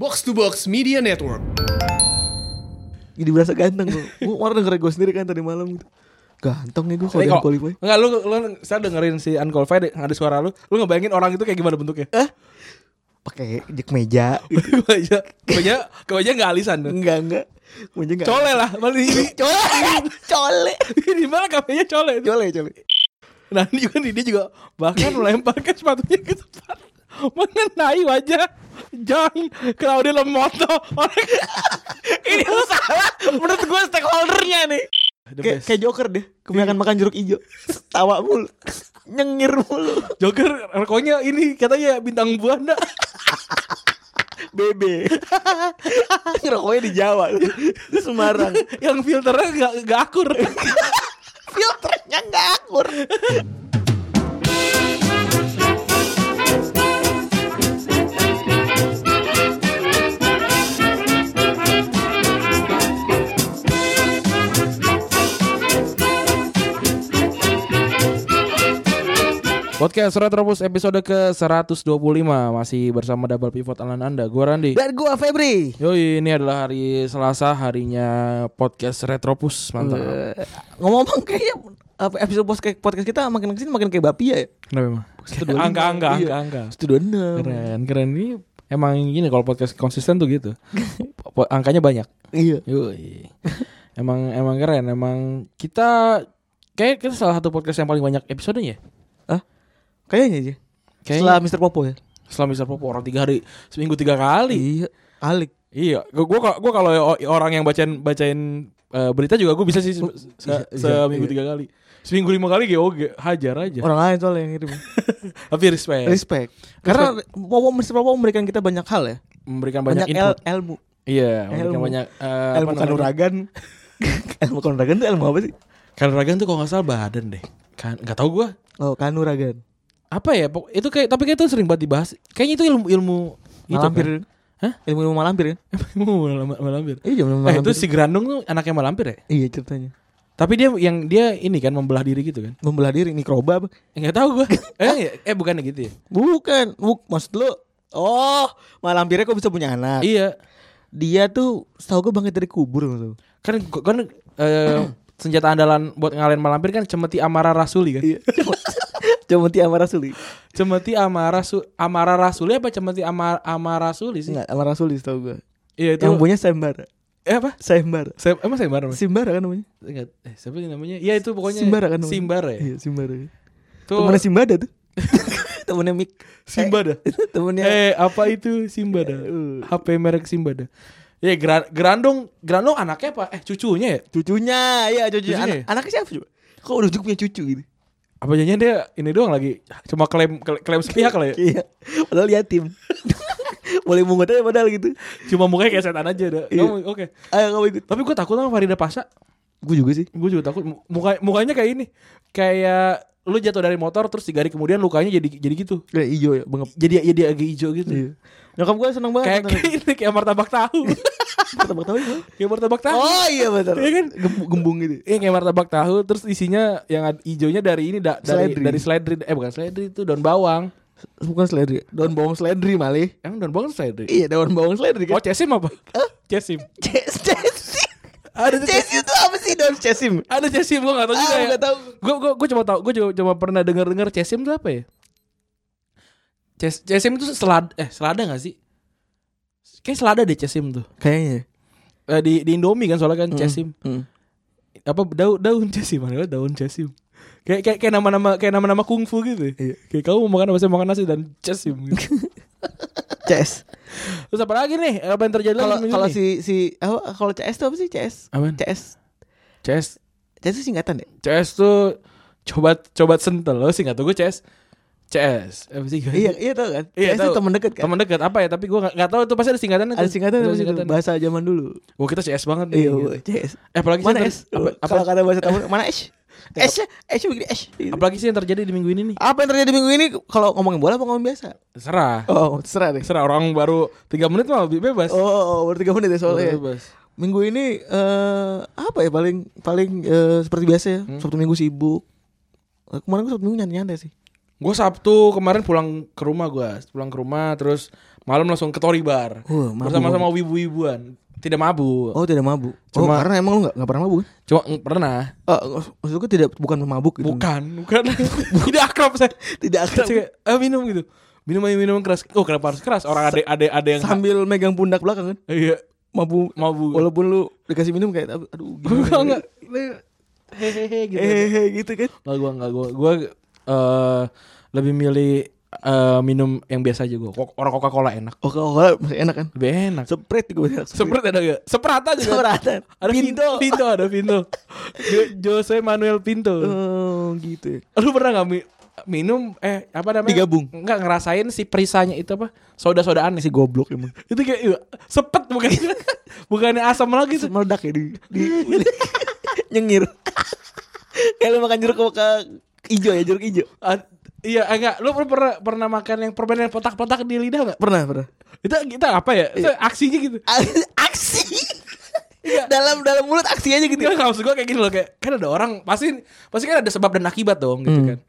Box to Box Media Network. Jadi berasa ganteng gue. Gue kemarin denger gue sendiri kan tadi malam gitu. Ganteng ya gue kalau Unqualified. Enggak, lu saya dengerin si Unqualified ada suara lu ngebayangin orang itu kayak gimana bentuknya? Pakai meja gitu. kemeja enggak alisan tuh. Enggak. Meja enggak. Cole lah, malah ini. Cole. Di mana kafenya Cole itu? Cole. Nah, ini juga dia juga bahkan melemparkan sepatunya ke tempat mengenai wajah Jang Claudio Lemoto. Ini salah menurut gue stakeholdernya nih. Kayak Joker deh, kebanyakan makan jeruk hijau. Tawa mulu, nyengir mulu. Joker rokoknya ini katanya bintang buana. Bebe. Rokoknya di Jawa, di Semarang. Yang filternya nggak akur. Filternya nggak akur. Podcast Retropus episode ke-125 masih bersama Double Pivot Alan Anda. Gua Randi. Dan gua Febri. Yoi, ini adalah hari Selasa, harinya podcast Retropus. Mantap. Ngomong-ngomong kayaknya episode podcast kita makin kesini makin kayak Bapia ya. Kenapa emang? Angka. 126. Keren. Ini emang gini kalau podcast konsisten tuh gitu. Angkanya banyak. Iya. Yoi. Emang keren. Emang kita salah satu podcast yang paling banyak episodenya. Kayaknya aja. Setelah Mr. Popo ya. Setelah Mr. Popo orang 3 hari seminggu 3 kali. Iya. Alik. Iya. Gue kalau orang yang bacain berita juga gue bisa sih seminggu 3 kali. Seminggu 5 kali gue hajar aja. Orang lain soalnya yang ngirim. Tapi respect. Karena Mr. Popo memberikan kita banyak hal ya. Memberikan banyak input. Ilmu. Iya. Memberikan banyak ilmu kanuragan. Ilmu kanuragan itu ilmu apa sih? Kanuragan tuh kalau nggak salah badan deh. Nggak tahu gue. Oh, kanuragan. Apa ya? Itu tapi kayak itu sering banget dibahas. Kayaknya itu ilmu malampir. Kan? Hah? Ilmu malampir kan? Ilmu malampir. Iya, malampir. Itu si Grandong tuh anaknya malampir ya? Iya, ceritanya. Tapi dia ini kan membelah diri gitu kan? Membelah diri mikroba apa? Enggak tahu gua. Bukannya gitu ya? Bukan. Maksud lu? Oh, malampirnya kok bisa punya anak? Iya. Dia tuh setahu gua bangkit dari kubur gitu. Kan senjata andalan buat ngalahin malampir kan cemeti amara rasuli kan? Iya. Cemeti Amara Rasuli. Cemeti Amara Rasuli apa cemeti Amara Rasuli sih? Enggak, Amara Rasuli setahu gua. Iya itu. Yang punya Sayembara. Apa? Sayembara. Emang Sayembara? Simbara kan namanya? Enggak. Siapa sih namanya? Iya itu pokoknya Simbara kan namanya. Simbara ya? Iya, Simbara. Tuh. Temennya Simbada tuh. Temennya Mik. Simbada. Temennya. Apa itu Simbada? HP merek Simbada. Ya Grandong anaknya apa? Cucunya ya? Cucunya. Cucunya. Anaknya siapa coba? Kok udah punya cucu gitu? Apa jadinya dia ini doang lagi cuma klaim sepihak lah ya? Iya. Padahal yatim. Boleh mungut aja padahal gitu. Cuma mukanya kayak setan aja dah. Iya. Oke. Ayo kamu ikut. Tapi gue takut sama Farida Pasha. Gue juga sih. Gue juga takut. Mukanya kayak ini. Kayak lu jatuh dari motor terus 3 hari kemudian lukanya jadi gitu. Kayak hijau ya, bengep. Jadi agak hijau gitu. Iya. Nyokap gue seneng banget. Kayak martabak tahu. Martabak tahu ya? Kayak martabak tahu. Oh iya betul. Iya kan? Gembung gitu. Iya kayak martabak tahu terus isinya yang hijaunya dari ini dari seledri. Bukan seledri itu daun bawang. Bukan seledri. Daun bawang seledri malih. Emang daun bawang seledri? Iya, daun bawang seledri kan. Oh, cesim apa? Cesim. Cesim. Ada cesim itu apa sih daun cesim? Ada cesim, gue gak tau juga ya. Gak tau. Gue cuma tau, gue cuma pernah dengar cesim itu apa ya? Cesim itu selada gak sih? Kayak selada deh cesim tuh. Kayaknya. Di Indomie kan soalnya kan cesim. Apa daun cesim? Mana daun cesim? Kayak nama-nama kungfu gitu. Iya. Kayak kamu mau makan apa? Saya makan nasi dan cesim gitu. Ces. Terus apa lagi nih? Apa yang terjadi lagi? Kalau kalau CS itu apa sih CS? Apaan? CS itu singkatan deh. CS tuh coba sentel lo sih nggak tahu gue CS apa sih? Iya tahu kan. Iya, CS itu teman dekat kan. Teman dekat apa ya? Tapi gue nggak tahu itu pasti ada singkatan. Ada singkatan. Bahasa zaman dulu. Oh kita CS banget nih. Iya gitu. CS. Apalagi mana S? Kalau kata bahasa tamu mana S? S begini S. Apalagi sih yang terjadi di minggu ini nih? Apa yang terjadi di minggu ini? Kalau ngomongin bola apa ngomongin biasa? Serah. Oh terserah deh. Serah, orang baru 3 menit mah bebas. Oh baru 3 menit ya soalnya. Bebas. Minggu ini apa ya paling seperti biasa ya. Sabtu Minggu sibuk. Kemarin gue Sabtu Minggu nyantai sih. Gue Sabtu kemarin pulang ke rumah terus Malam langsung ke Tori Bar. Bersama-sama wibu-wibuan. Tidak mabuk. Oh, tidak mabuk. Cuma karena emang lu enggak pernah mabuk kan? Cuma pernah. Maksudku bukan mabuk gitu. Bukan. Tidak akrab saya. Tidak akrab. Minum gitu. Minum keras. Oh, kenapa harus keras? Orang ada yang sambil megang pundak belakang kan? Iya. Mabuk. Walaupun lu dikasih minum kayak aduh gimana. Enggak. Hehehe gitu. Gitu kan. Enggak gua lebih milih minum yang biasa aja gue. Orang Coca-Cola enak. Coca-Cola masih enak kan? Lebih enak. Sprite gue enak. Sprite ada gak? Seprata juga. Seprata. Ada Pinto ada Pinto. Jose Manuel Pinto. Oh gitu. Lu pernah gak minum apa namanya? Digabung. Enggak ngerasain si perisanya itu apa? Soda-sodaan si goblok emang. Itu kayak sepet bukannya asam lagi tuh. Meledak ya di nyengir. Kayak lu makan jeruk hijau ya, jeruk hijau. Iya enggak, lu pernah makan yang permen yang potak-potak di lidah enggak? Pernah. Itu kita apa ya? Itu aksinya gitu. Aksi. dalam mulut aksi aja gitu. Enggak, maksud gue kayak gini loh, kayak kan ada orang pasti kan ada sebab dan akibat dong gitu kan.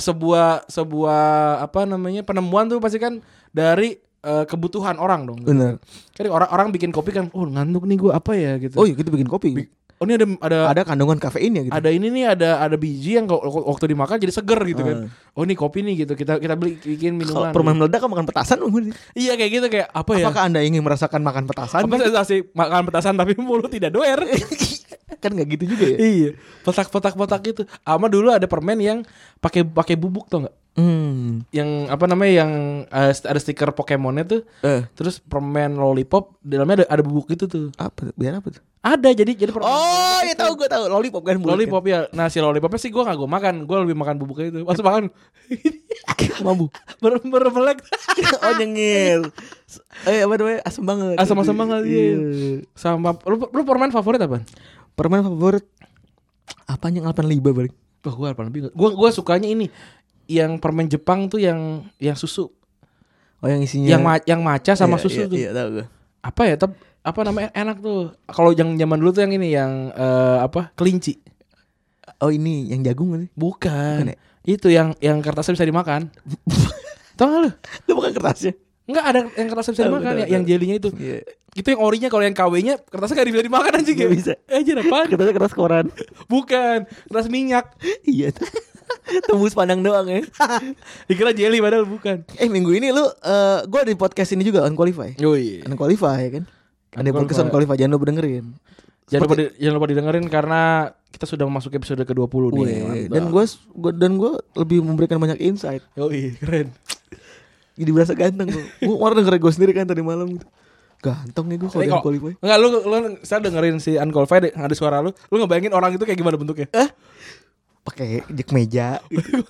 Sebuah apa namanya penemuan tuh pasti kan dari kebutuhan orang dong. Benar. Kan orang bikin kopi kan, ngantuk nih gue apa ya gitu. Oh iya kita bikin kopi. Ini ada kandungan kafeinnya gitu. Ada ini nih ada biji yang waktu dimakan jadi seger gitu kan. Oh ini kopi nih gitu. Kita bikin minuman. Permen meledak kan makan petasan umur. Iya kayak gitu kayak apa ya? Apakah Anda ingin merasakan makan petasan? Apa sensasi makan petasan tapi mulut tidak doer? Kan enggak gitu juga ya. Iya. Potak gitu. Ama dulu ada permen yang pakai bubuk tau enggak? Yang apa namanya yang ada stiker Pokemonnya tuh. Terus permen lollipop dalamnya ada bubuk gitu tuh. Apa? Biar apa tuh? Ada jadi permen. Oh ya tahu gue tahu lollipop kan. Lollipop ya. Nah si lollipopnya sih gue nggak gue makan. Gue lebih makan bubuknya itu. Masuk makan. Mambu. Bermelek. Oh nyengir. Apa namanya asam banget. Asam banget. Iya. Sama lu permen favorit apa? Permen favorit apanya yang 85 balik? Wah gue 85. Gue sukanya ini. Yang permen Jepang tuh yang susu. Oh yang isinya yang matcha sama susu tuh. Iya tahu gue. Apa ya? Apa namanya enak tuh. Kalau yang zaman dulu tuh yang ini yang apa? Kelinci. Oh ini yang jagung kan? Bukan. Itu yang kertasnya bisa dimakan. Tahu enggak lu? Itu bukan kertasnya. Enggak ada yang kertasnya bisa dimakan yang jelinya itu. Yeah. Itu yang orinya, kalau yang KW-nya kertasnya enggak bisa dimakan anjing ya. Bisa. Anjir apaan? Kertasnya kertas koran. Bukan, kertas minyak. Iya. Tembus pandang doang ya. Dikira jelly padahal bukan. Minggu ini lu gue di podcast ini juga Unqualify. Unqualify kan. Ada podcast Unqualify, jangan lupa dengerin. Jangan lupa didengerin karena kita sudah memasuki episode ke-20 nih. Dan gue lebih memberikan banyak insight. Keren. Jadi berasa ganteng gue. Gue kemarin denger gue sendiri kan tadi malam gitu. Ganteng nih gue kalau di Unqualify. Enggak, lu saya dengerin si Unqualify ada suara lu ngebayangin orang itu kayak gimana bentuknya? Pakai jek meja.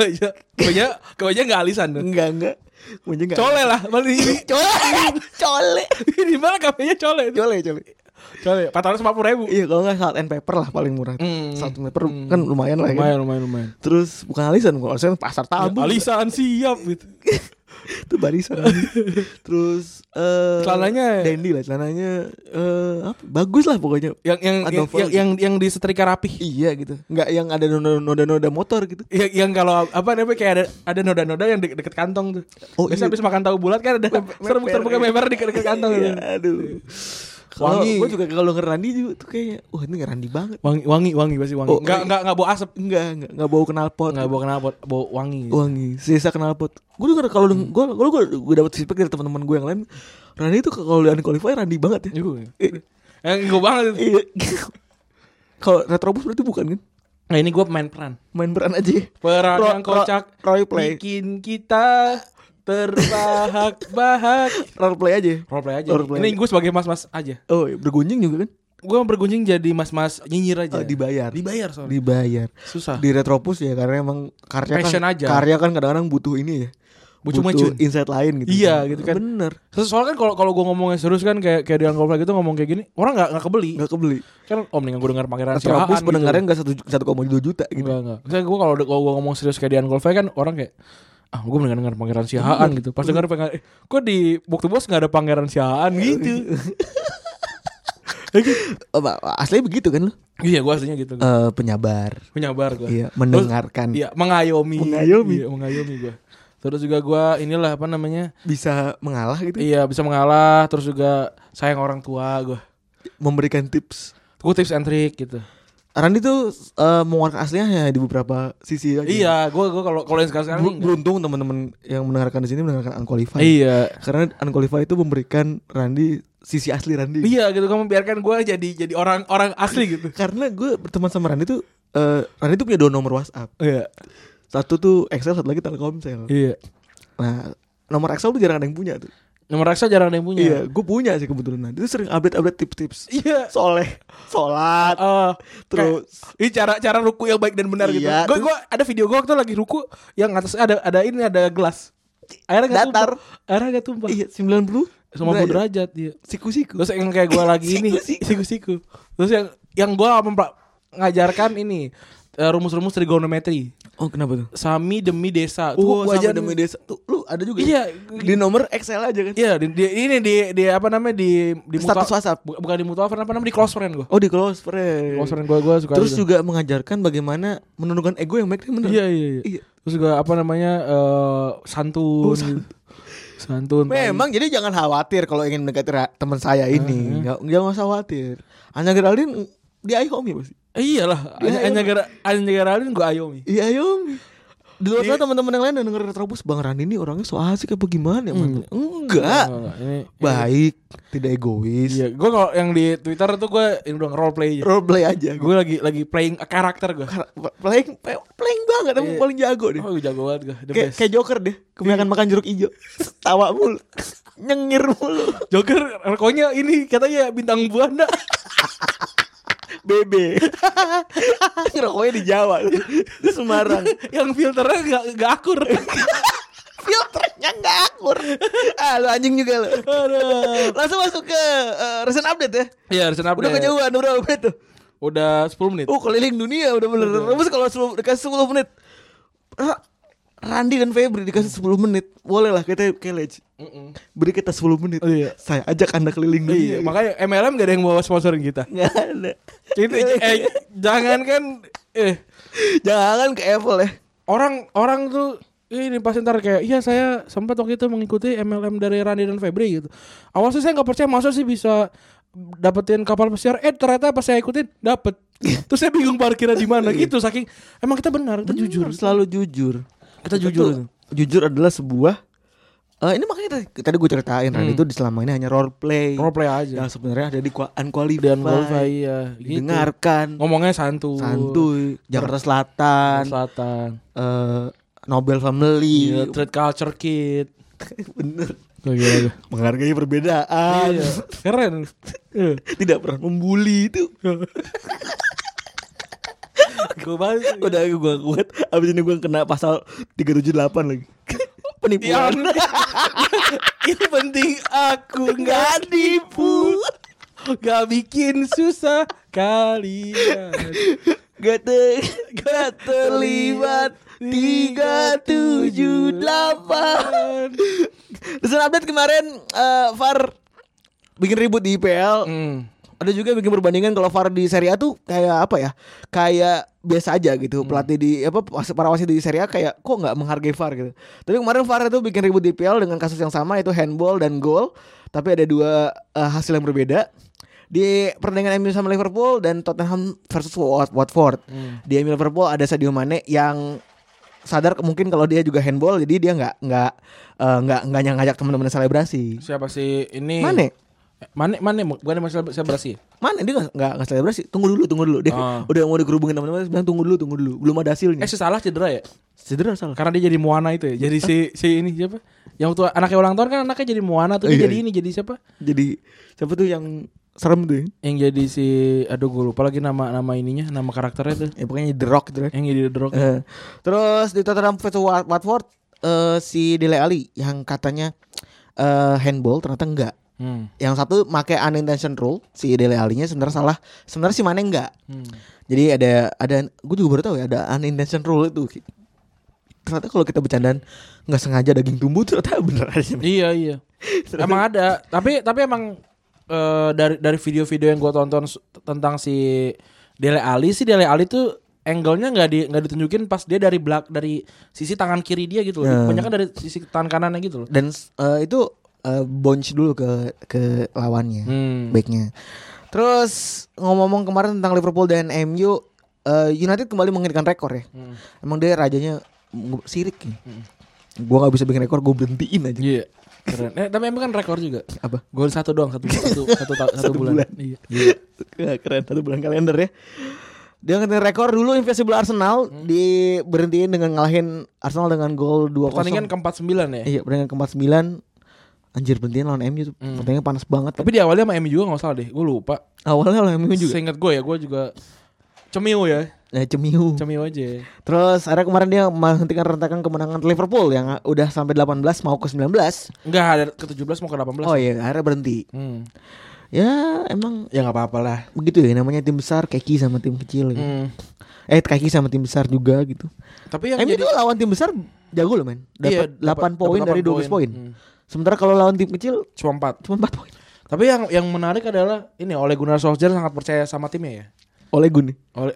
Kemeja enggak alisan tuh. Enggak. Kemeja enggak. Cole lah, balik ini. Cole. Di mana kafenya cole? Cole. 450.000. Iya, kalau enggak salt and pepper lah paling murah. Salt and pepper kan lumayan lah ya. Lumayan. Terus bukan alisan, kalau alisan pasar tabu. Alisan siap gitu. Itu barisan. Terus celananya dandy lah, celananya apa? Bagus lah pokoknya. Yang disetrika rapih. Iya gitu. Enggak yang ada noda-noda motor gitu. Yang kalau apa namanya kayak ada noda-noda yang deket kantong tuh. Biasa habis makan tahu bulat kan ada serbuk-serbuk memer di deket kantong gitu. Aduh. Wangi. Gue juga kalau ngerandi juga tuh kayaknya ini ngerandi banget. Wangi pasti wangi. Enggak bau asap. Enggak bau knalpot. Enggak bau knalpot, bau wangi. Wangi, sisa knalpot. Gue denger kalau gue dapet feedback dari teman-teman gue yang lain, Randi itu kalau di Unqualify Randi banget ya. Yang gue banget. Iya. Kalau Retrobus berarti bukan kan? Nah ini gue main peran aja. Peran yang kocak role play. Bikin kita terbahak-bahak. Role play aja. Ini gue sebagai mas-mas aja. Oh bergunjing juga kan? Gue bergunjing jadi mas-mas nyinyir aja. Dibayar soalnya. Dibayar. Susah. Di Retropus ya karena emang karya kan kadang-kadang butuh ini ya. Butuh insight lain gitu. Iya gitu kan. Bener. Soalnya kan kalau gue ngomongnya serius kan kayak di Unqualify gitu ngomong kayak gini, orang nggak kebeli. Kan mendingan gue denger Pangeran Siahaan. Retropus pendengarnya enggak 1,2 juta gitu. Enggak. Misalnya gue kalau gue ngomong serius kayak di Unqualify kan orang kayak gue mendingan denger Pangeran Siahaan gitu. Pas denger kok di Book to Boss gak ada Pangeran Siahaan gitu. Aslinya begitu kan lu? Iya gue aslinya gitu. Penyabar gue. Iya, mendengarkan. Iya, mengayomi gue. Terus juga gue inilah apa namanya, bisa mengalah gitu. Iya bisa mengalah. Terus juga sayang orang tua gue. Memberikan tips. Gue tips and trick gitu. Randy tuh mengeluarkan aslinya di beberapa sisi aja. Iya, gue kalau yang sekarang ini beruntung teman-teman yang mendengarkan di sini mendengarkan Unqualified. Iya. Karena Unqualified itu memberikan Randy sisi asli Randy. Iya gitu, kamu biarkan gue jadi orang asli gitu. Karena gue berteman sama Randy tuh Randy tuh punya 2 nomor WhatsApp. Iya. Satu tuh Excel, satu lagi Telkomsel. Iya. Nah, nomor Excel tuh jarang ada yang punya tuh. Nomor Excel jarang ada yang punya. Iya, gue punya sih kebetulan. Itu sering update tips-tips. Iya. Sholat. Terus ini cara ruku yang baik dan benar gitu. Iya, Gue ada video gue waktu lagi ruku yang atas ada gelas. Airnya datar. Airnya gak tumpah. Iya, 90 derajat dia. Siku-siku. Terus yang kayak gue lagi ini siku-siku. Terus yang gue mengajarkan ini rumus-rumus trigonometri. Oh, kenapa tuh? Sami demi desa. Sami demi desa. Tuh, lu ada juga. Iya, di nomor Excel aja kan. Iya, di apa namanya di status WhatsApp. Bukan di mutual, apa namanya di close friend gue. Oh, di close friend. Close friend gue suka. Terus juga mengajarkan bagaimana menurunkan ego yang baik dan benar. Iya. Terus juga apa namanya santun. Santun. Memang jadi jangan khawatir kalau ingin mendekati teman saya ini. Jangan usah khawatir. Anya Geraldine di iHome pasti. Iyalah, Anya Geraldine gue Ayomi. Iya Ayomi. Di luar sana teman-teman yang lain yang denger Retrobus, Bang Randy ini orangnya so asik apa gimana ya? Enggak. Baik, tidak egois. Iya, gue kalau yang di Twitter tuh gue ini udah role play aja. Role play aja. Gue lagi playing a karakter gue. Playing banget, emang paling jago deh. Oh, jago banget gue. Kayak Joker deh, kebanyakan makan jeruk hijau. Tawa mulu. Nyengir mulu. Joker rokoknya ini katanya bintang buana. BB. Ngerokoknya di Jawa, di Semarang. Yang filternya gak akur. Filternya gak akur. Lu anjing juga lu. Langsung masuk ke recent update ya. Iya, recent update. Udah kejauhan, udah berapa menit tuh? Udah 10 menit. Keliling dunia udah bener. Terus kalau dikasih 10 menit Randy dan Febri dikasih 10 menit, boleh lah kita college. Beri kita 10 menit. Iya. Saya ajak Anda keliling dunia. Iya, makanya MLM gak ada yang mau sponsorin kita. Gak ada. Jangan kan jangan ke Apple ya. Orang tuh ini pasti ntar kayak, iya saya sempat waktu itu mengikuti MLM dari Randy dan Febri gitu. Awalnya saya gak percaya masa sih bisa dapetin kapal pesiar. Ternyata pas saya ikutin dapet. Terus saya bingung parkirnya di mana gitu, saking emang kita benar, kita jujur, selalu jujur. Kita jujur. Jujur adalah sebuah ini makanya tadi gue ceritain Randy itu selama ini hanya role play aja. Yang sebenarnya ada di Unqualified. Iya, gitu. Dengarkan. Ngomongnya santuy. Jakarta Selatan. Nobel Family. Trade Culture Kid. Bener. Gila. Menghargai perbedaan. Iya. Keren. Tidak pernah membuli itu. Udah gue kuat. Abis ini gue kena pasal 378 lagi. Penipuan. Yang penting aku gak nipu, gak bikin susah kalian. Gak terlibat 378. Recent update kemarin VAR bikin ribut di IPL. Ada juga bikin perbandingan kalau VAR di Serie A tuh kayak apa ya? Kayak biasa aja gitu. Pelatih di para wasit di Serie A kayak kok enggak menghargai VAR gitu. Tapi kemarin VAR itu bikin ribut di IPL dengan kasus yang sama, itu handball dan gol. Tapi ada dua hasil yang berbeda. Di pertandingan MU sama Liverpool dan Tottenham versus Watford. Di MU Liverpool ada Sadio Mane yang sadar mungkin kalau dia juga handball, jadi dia nggak ngajak teman-teman selebrasi. Siapa sih ini? Mane bukan masalah selebrasi. Mane dia nggak selebrasi. Tunggu dulu. Dia udah mau dikerubungin teman-teman, bilang tunggu dulu. Belum ada hasilnya. Salah cedera ya? Cedera salah. Karena dia jadi Moana itu ya. Jadi si ini siapa? Yang waktu anaknya ulang tahun kan anaknya jadi Moana tuh. Dia jadi ini, jadi siapa? Jadi siapa tuh yang serem tuh ya? Yang jadi si gue lupa lagi nama ininya, nama karakternya tuh. Ya pokoknya The Rock gitu kan. Yang jadi The Rock. Terus di Tottenham versus Watford si Dele Alli yang katanya handball ternyata enggak. Yang satu pakai unintentional rule, si Dele Alli-nya sebenarnya salah. Sebenarnya si Mane enggak. Jadi ada gue juga baru tahu ya ada unintentional rule itu. Ternyata kalau kita bercandaan nggak sengaja daging tumbuh ternyata bener aja. Iya. Emang ada. Tapi emang dari video-video yang gue tonton tentang si Dele Alli tuh angle-nya nggak ditunjukin pas dia dari sisi tangan kiri dia gitu loh. Kebanyakan dari sisi tangan kanannya gitu loh. Dan itu bounce dulu ke lawannya, backnya. Terus ngomong-ngomong kemarin tentang Liverpool dan MU, United kembali menginginkan rekor ya. Emang dia rajanya sirik ya. Gua nggak bisa bikin rekor, gue berhentiin aja. Iya. Keren. Tapi emang kan rekor juga. Apa? Gol 1 doang satu bulan. Iya. Keren, 1 bulan kalender ya. Dia ngetin rekor dulu Invisible Arsenal diberhentiin dengan ngalahin Arsenal dengan gol 2-0. Pertandingan ke-49 ya? Iya, pertandingan ke-49. Anjir, berhentiin lawan MU tuh. Pertandingan panas banget. Tapi di awalnya sama MU juga enggak salah deh. Gue lupa. Awalnya lawan MU juga. Seingat gue juga cemiu ya. Cemiu aja. Terus ada kemarin dia menghentikan rentakan kemenangan Liverpool yang udah sampai 18 mau ke 19. Enggak, ada ke 17 mau ke 18. Oh iya, akhirnya berhenti. Ya emang ya nggak apa-apa lah. Begitu ya namanya tim besar keki sama tim kecil gitu. Keki sama tim besar juga gitu. Tapi yang itu lawan tim besar jago loh men. Dapat 8 poin dari 12 poin. Sementara kalau lawan tim kecil cuma 4 poin. Tapi yang menarik adalah ini Ole Gunnar Solskjaer sangat percaya sama timnya ya. Ole Gunnar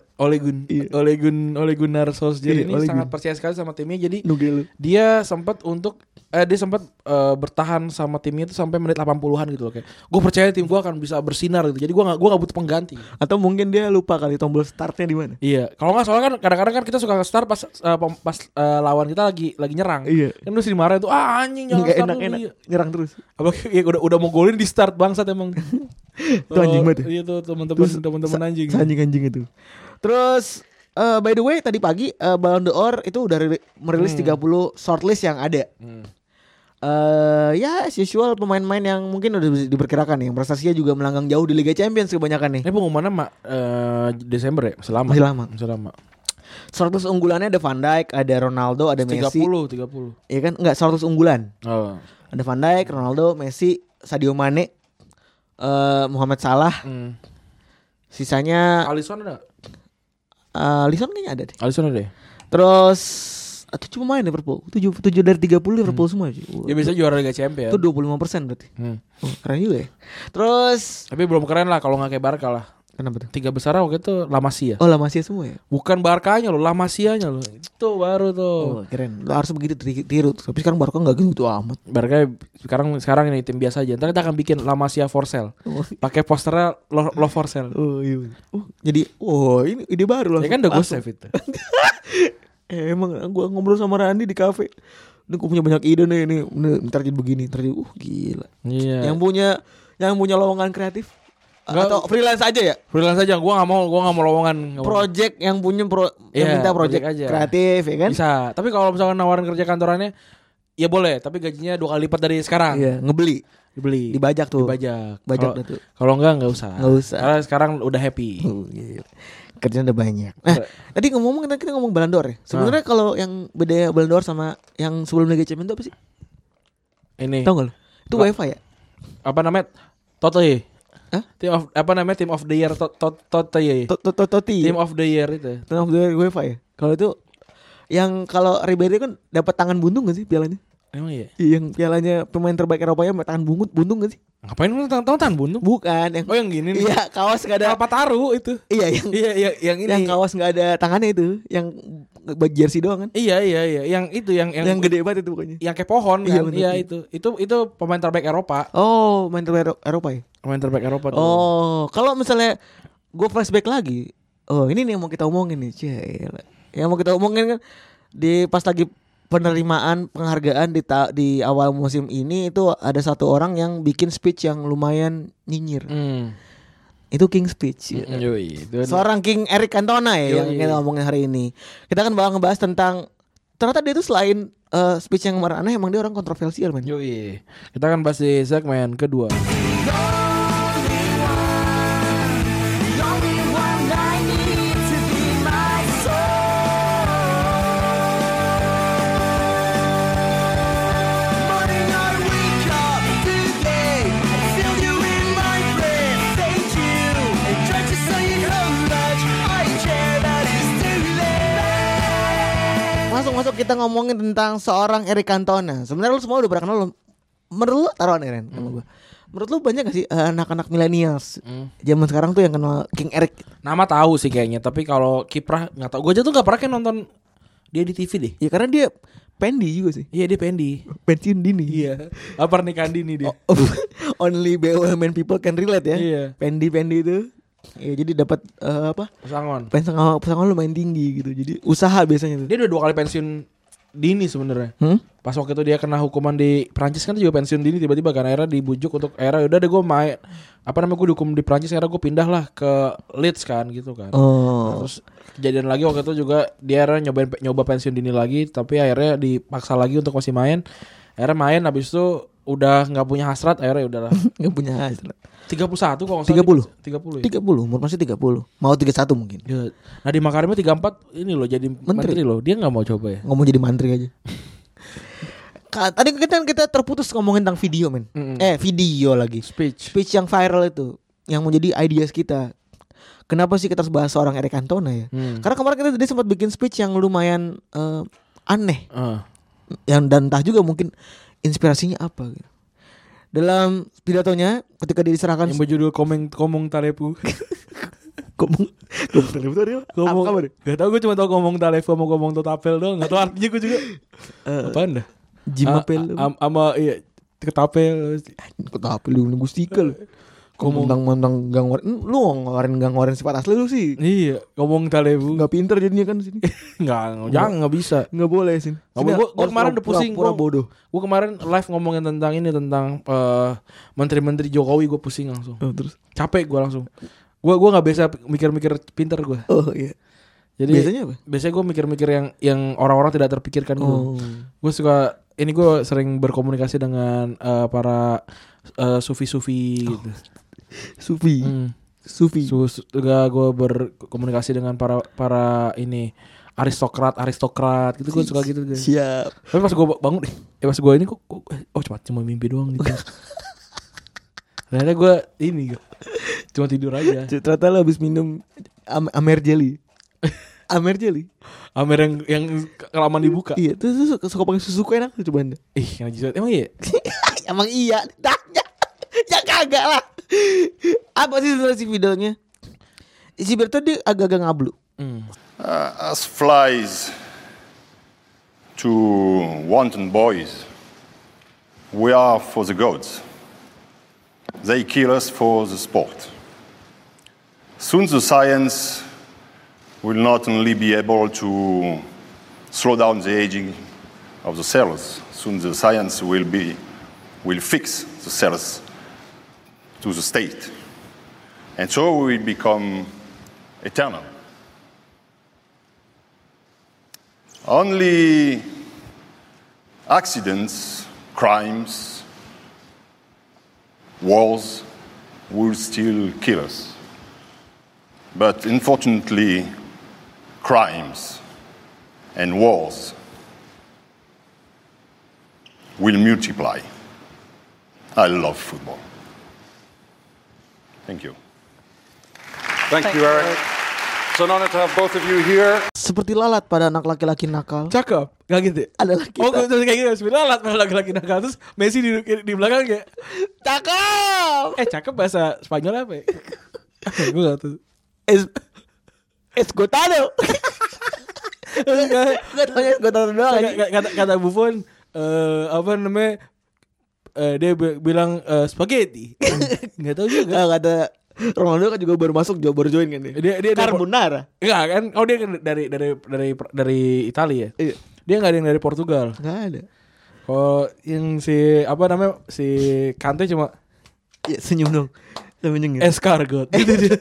Solskjaer ini sangat percaya sekali sama timnya. Jadi dia sempat bertahan sama timnya itu sampai menit 80-an gitu loh, kayak gue percaya tim gue akan bisa bersinar gitu. Jadi gue nggak butuh pengganti. Atau mungkin dia lupa kali tombol startnya di mana. Iya, kalau nggak soalnya kan kadang-kadang kan kita suka start pas lawan kita lagi nyerang. Iya. Kan terus dimarahin tuh anjing jangan nggak start enak nyerang terus. Apa ya udah mau golin di start bangsat emang. Itu anjing banget. Iya tuh teman-teman anjing. Anjing itu. Terus by the way tadi pagi Ballon d'Or itu udah merilis 30 shortlist yang ada. Ya as usual pemain-pemain yang mungkin udah diperkirakan nih, yang prestasinya juga melanggang jauh di Liga Champions kebanyakan nih. Ini pengumumannya Desember ya? Masih lama. Shortlist unggulannya ada Van Dijk, ada Ronaldo, ada Messi. 30. Iya kan? Enggak, shortlist unggulan. Oh. Ada Van Dijk, Ronaldo, Messi, Sadio Mane, Mohamed Salah. Sisanya Alisson ada? Alisson kayaknya ada deh. Alisson ada ya? Terus itu cuma main Liverpool 7 dari 30 Liverpool semua sih. Ya bisa juara Liga Champions. Itu 25% berarti. Keren juga ya. Terus tapi belum keren lah kalau nggak kayak Barca lah. Kenapa tuh? 3 besar waktu itu La Masia. Oh La Masia semua ya? Bukan Barkanya loh, La Masianya loh. Itu baru tuh. Oh keren. Lo harus begitu tiru. Tapi sekarang Barca nggak gitu amat. Barca sekarang ini tim biasa aja. Ntar kita akan bikin La Masia for sale. Pakai posternya lo for sale. Oh iya. Jadi ini ide baru langsung. Ya kan udah gue save itu. Emang gue ngobrol sama Randy di kafe. Ini gue punya banyak ide nih ini. Ntar jadi begini, ntar jadi gila. Iya. Yang punya lowongan kreatif. Atau freelance aja ya? Freelance aja, gue gak mau lowongan. Project yang punya yang minta project aja. Kreatif ya kan? Bisa. Tapi kalau misalkan nawarin kerja kantorannya, ya boleh. Tapi gajinya 2 kali lipat dari sekarang. Iya, dibeli. Dibajak tuh. Bajak tuh. Kalau enggak usah. Karena sekarang udah happy. Kerjaan udah banyak. Tadi kita ngomong Ballon d'Or ya. Sebenarnya kalau yang beda Ballon d'Or sama yang sebelum Liga Champions itu apa sih? Ini. Tahu enggak lo? Itu UEFA ya? Apa namanya? Totti. Team of the year Totti. Team of the year itu. Team of the year UEFA ya. Kalau itu yang kalau Ribery kan dapat tangan buntung gak sih pialanya? Emang iya? Yang pialanya pemain terbaik Eropa ya tangan buntung gak sih? Ngapain lu tangan buntung? Bukan yang gini nih. Iya, kaos enggak ada. Alpataru itu. Iya, yang ini. Yang kaos enggak ada tangannya itu, yang jersey doang kan? Iya. Yang itu yang gede banget itu pokoknya. Yang kayak pohon kan? Iya itu. Itu pemain terbaik Eropa. Oh, pemain terbaik Eropa ya? Pemain terbaik Eropa tuh. Oh, kalau misalnya gue flashback lagi. Oh, ini nih yang mau kita omongin nih, Cila. Yang mau kita omongin kan di pas lagi penerimaan penghargaan di awal musim ini itu ada satu orang yang bikin speech yang lumayan nyinyir. Itu King Speech ya. Seorang King Eric Cantona ya yang kita ngomongin hari ini. Kita kan bakal ngebahas tentang ternyata dia tuh selain speech yang kemarin aneh, emang dia orang kontroversial men. Kita akan bahas di segmen kedua. Masuk kita ngomongin tentang seorang Eric Cantona. Sebenarnya lu semua udah pernah kenal. Menurut lu taruhan Eren sama gue. Menurut lu banyak gak sih anak-anak millennials zaman sekarang tuh yang kenal King Eric? Nama tahu sih kayaknya, tapi kalau kiprah nggak tahu. Gue aja tuh nggak pernah kayak nonton dia di TV deh. Ya karena dia pendi juga sih. Iya dia pendi. Pensiun dini. Iya. Apa pernikahan dini dia? Only BUMN people can relate ya. Iya. Pendi itu. Ya jadi dapat Pesangon. Pesangon lumayan tinggi gitu. Jadi usaha biasanya tuh. Dia udah 2 kali pensiun dini sebenarnya. Pas waktu itu dia kena hukuman di Prancis kan juga pensiun dini tiba-tiba kan, akhirnya dibujuk untuk akhirnya udah deh gue main gue dihukum di Prancis, akhirnya gue pindah lah ke Leeds kan gitu kan. Nah, terus kejadian lagi waktu itu juga dia akhirnya nyoba pensiun dini lagi, tapi akhirnya dipaksa lagi untuk masih main. Akhirnya main, habis itu udah nggak punya hasrat, akhirnya udahlah. Nggak punya hasrat. 31 kok nggak salah. 30 ya? 30, umur masih 30. Mau 31 mungkin. Ya. Nah di Makarimnya 34 ini loh jadi menteri loh. Dia nggak mau coba ya. Nggak mau jadi mantri aja. Tadi kita terputus ngomongin tentang video men. Video lagi. Speech yang viral itu, yang mau jadi ideas kita. Kenapa sih kita harus bahas seorang Eric Cantona ya? Karena kemarin dia sempat bikin speech yang lumayan aneh. Yang dan entah juga mungkin inspirasinya apa gitu. Dalam pidatonya ketika dia diserahkan yang berjudul Komong Talepu. Komong Talepu itu apa kabar? Gak tau, gue cuma tau Komong Talepu sama Komong Totapel doang. Gak tau artinya gue juga. Apaan dah? Jimapel sama iya Ketapel lu linguistika. Ngomong tentang gangguan. Lu gangguan sifat asli lu sih. Iya, Komong Talepu. Gak pinter jadinya kan sini. Jangan gak bisa. Gak boleh sih. Gue kemarin udah pusing. Pura bodoh. Gue kemarin live ngomongin tentang menteri-menteri Jokowi, gue pusing langsung. Terus capek gue langsung. Gue nggak biasa mikir-mikir pinter gue. Oh iya. Jadi biasanya apa? Biasanya gue mikir-mikir yang orang-orang tidak terpikirkan gue. Gue suka gue sering berkomunikasi dengan para sufi-sufi gitu. Sufi. Juga gue berkomunikasi dengan para ini aristokrat gitu, gue suka gitu. Siap. Tapi pas gue bangun pas gue ini kok cuma mimpi doang gitu. Ternyata gue cuma tidur aja. Ternyata lo habis minum Amer jelly. Amer yang kelamaan dibuka. Iya, tuh suka pakai susu kok enak tuh, coba Anda. Emang iya? Emang iya. Ya kagak lah. Apa sih sebenarnya videonya? Si Berto dia agak-agak ngablu. As flies to wanton boys, we are for the gods. They kill us for the sport. Soon the science will not only be able to slow down the aging of the cells. Soon the science will fix the cells to the state. And so we will become eternal. Only accidents, crimes, wars will still kill us. But unfortunately, crimes and wars will multiply. I love football. Thank you. Thank you, Eric. It's an honor to have both of you here. Seperti lalat pada anak laki-laki nakal. Cakep, gak gitu? Adalah kita. Oh, terus kayak gitu. Seperti lalat pada laki-laki nakal. Terus Messi di belakang kayak cakep. Cakep bahasa Spanyol apa ya? Gue gak tahu. Esgotado. Gak tau esgotado doang. Kata Buffon apa namanya? Dia bilang spaghetti. Gak tahu juga. Kata Ronaldo kan juga baru join kan dia. Dia carbonara. Enggak kan? Oh dia kan dari Italia ya. Iya. Dia enggak ada yang dari Portugal. Enggak ada. Oh yang si Kante cuma ya, senyum dong. Senyum. Escargot. Gitu dia.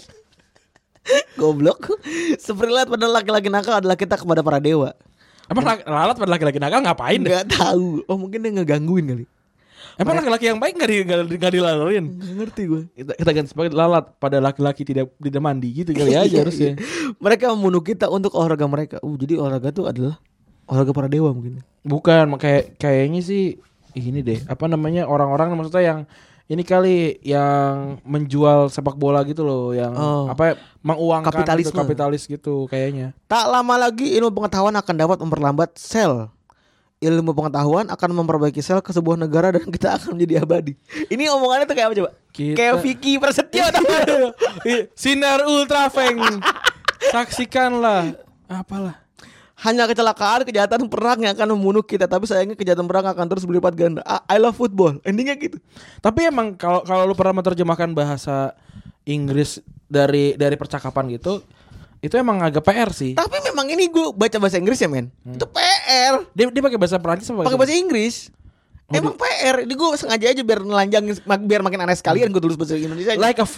Goblok. Seperti lalat pada laki-laki nakal adalah kita kepada para dewa. Emang lalat pada laki-laki nakal ngapain? Gak tahu. Oh mungkin dia ngegangguin kali. Emang laki-laki yang baik nggak dilalarin? Nggak ngerti gue. Kita ganti sebagai lalat pada laki-laki tidak mandi gitu kali aja harusnya. Mereka membunuh kita untuk olahraga mereka. Jadi olahraga itu adalah olahraga para dewa mungkin. Bukan, kayaknya sih ini deh. Apa namanya orang-orang maksudnya yang ini kali yang menjual sepak bola gitu loh, yang menguangkan kapitalis gitu kayaknya. Tak lama lagi ilmu pengetahuan akan dapat memperlambat sel ilmu pengetahuan akan memperbaiki sel ke sebuah negara dan kita akan menjadi abadi. Ini omongannya tuh kayak apa coba? Kayak Vicky Prasetyo tau gak? Sinar Ultrafeng. Saksikanlah. Apalah. Hanya kecelakaan, kejahatan perang yang akan membunuh kita, tapi sayangnya kejahatan perang akan terus berlipat ganda. I love football. Endingnya gitu. Tapi emang kalau lu pernah menerjemahkan bahasa Inggris dari percakapan gitu, itu emang agak PR sih. Tapi memang ini gue baca bahasa Inggris ya men. Itu PR. Dia pakai bahasa Perancis apa? Pakai bahasa Inggris. Emang PR. Ini gue sengaja aja biar nelanjangin, biar makin aneh sekalian gue tulis bahasa Indonesia. Like a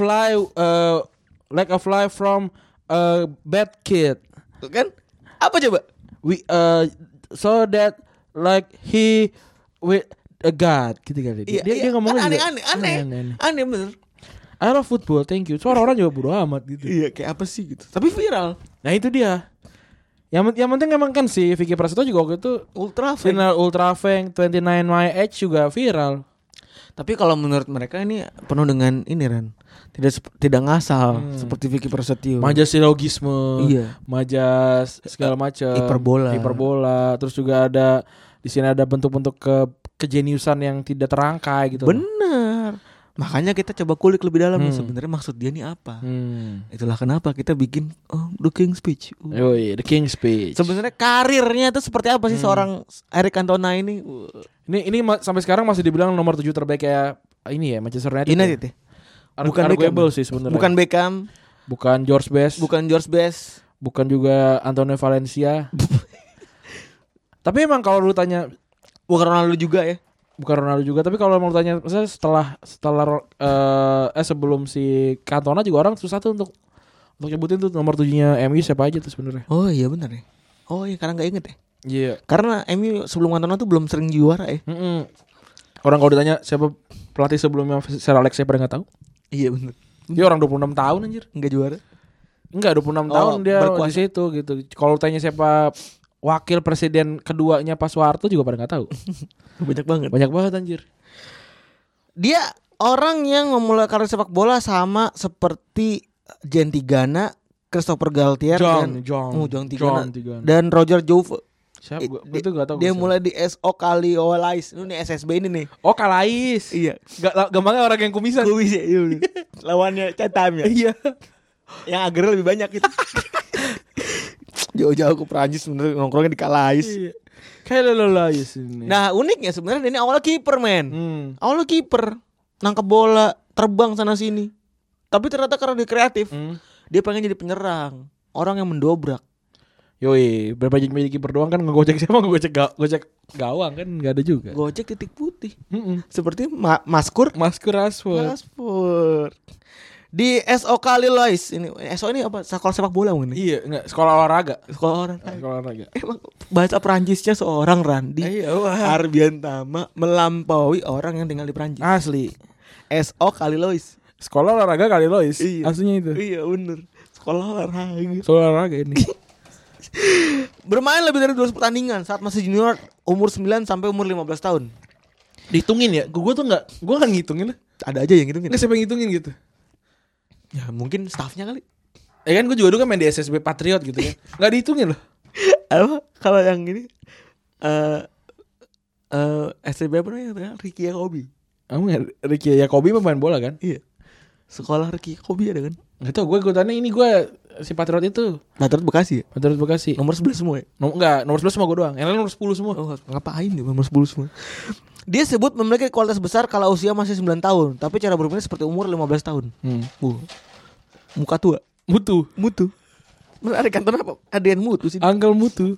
fly from a bad kid. Tuh kan? Apa coba? We so that like he with a god gitu kan. Dia ngomongnya aneh bener. I love football, thank you. Suara orang juga bodo amat gitu. Iya, kayak apa sih gitu. Tapi viral. Nah itu dia. Yang penting emang kan si Vicky Prasetyo juga waktu itu Sinar Ultrafeng 29 My Age juga viral. Tapi kalau menurut mereka ini penuh dengan ini Ran. Tidak ngasal seperti Vicky Prasetyo. Majas silogisme, iya. Majas segala macam, hiperbola. Terus juga ada di sini ada bentuk-bentuk kejeniusan yang tidak terangkai gitu. Bener. Makanya kita coba kulik lebih dalam nih sebenarnya maksud dia nih apa. Itulah kenapa kita bikin The King's Speech. Oh iya, The King's Speech. Sebenarnya karirnya itu seperti apa sih seorang Eric Cantona ini? Ini sampai sekarang masih dibilang nomor 7 terbaik kayak ini ya Manchester United. United ya. Bukan Beckham sih sebenarnya. Bukan Beckham, bukan George Best, bukan juga Antonio Valencia. Tapi emang kalau lu tanya bukan Ronaldo juga ya. Bukan Ronaldo juga, tapi kalau mau tanya setelah sebelum si Cantona juga orang susah tuh untuk nyebutin tuh nomor 7-nya MU siapa aja tuh sebenarnya. Oh iya benar ya. Oh iya karena enggak inget ya. Iya. Karena MU sebelum Cantona tuh belum sering juara ya. Orang kalau ditanya siapa pelatih sebelumnya Sir Alex saya pada enggak tahu. Iya benar. Dia orang 26 tahun anjir. Enggak juara. Enggak 26 tahun dia di situ gitu. Kalau tanya siapa wakil presiden keduanya Pak Soeharto juga pada nggak tahu. Banyak banget anjir. Dia orang yang memulai karir sepak bola sama seperti Jen Tigana, Christopher Galtier John Tigana dan Roger Jouve. Siapa? Itu nggak tahu. Dia mulai di SO Kaliolis. Ini SSB ini nih. Oh Kalais. Iya. Gampangnya orang yang kumisan. Kumis ya. Lawannya Catam ya. Iya. Yang agarnya lebih banyak itu. Jauh-jauh ke Prancis sebenarnya nongkrongnya di Calais. Iya. Kayak Calais ini. Nah uniknya sebenarnya ini awalnya kiper men. Awalnya kiper, nangkep bola, terbang sana sini. Tapi ternyata karena dia kreatif, dia pengen jadi penyerang, orang yang mendobrak. Yoi, berapa jadi kiper doang kan ngegocek siapa ngegocek gawang kan nggak ada juga. Gocek titik putih. Seperti Maskur Rashford. Di SO Kalilois ini SO ini apa? Sekolah sepak bola mungkin. Iya, enggak, sekolah olahraga. Sekolah olahraga. Emang bahasa Perancisnya seorang Randy Arbiantama melampaui orang yang tinggal di Perancis. Asli. SO Kalilois. Sekolah olahraga Kalilois. Iya. Aslinya itu. Iya bener. Sekolah olahraga ini. Bermain lebih dari 200 pertandingan saat masih junior umur 9 sampai umur 15 tahun. Dihitungin ya? Gue kan ngitungin lah. Ada aja yang ngitungin. Nggak siapa yang ngitungin gitu. Ya mungkin staffnya kali. Kan gue juga dulu kan main di SSB Patriot gitu ya. Gak dihitungin loh. Apa? Kalau yang ini SSB apa namanya? Ricky Yacobi. Ricky Yacobi main bola kan? Iya. Sekolah Ricky Yacobi ada kan? Gak tau gue tanya ini gue si Patriot itu. Patriot Bekasi ya? Patriot Bekasi. Nomor 11 semua ya? Nomor 11 semua gue doang. Yang lain nomor 10 semua. Oh, ngapain dia nomor 10 semua? Dia sebut memiliki kualitas besar kalau usia masih 9 tahun, tapi cara bermain seperti umur 15 tahun. Muka tua. Mutu. Menarik kantor apa? Adrian Mutu sih. Uncle Mutu.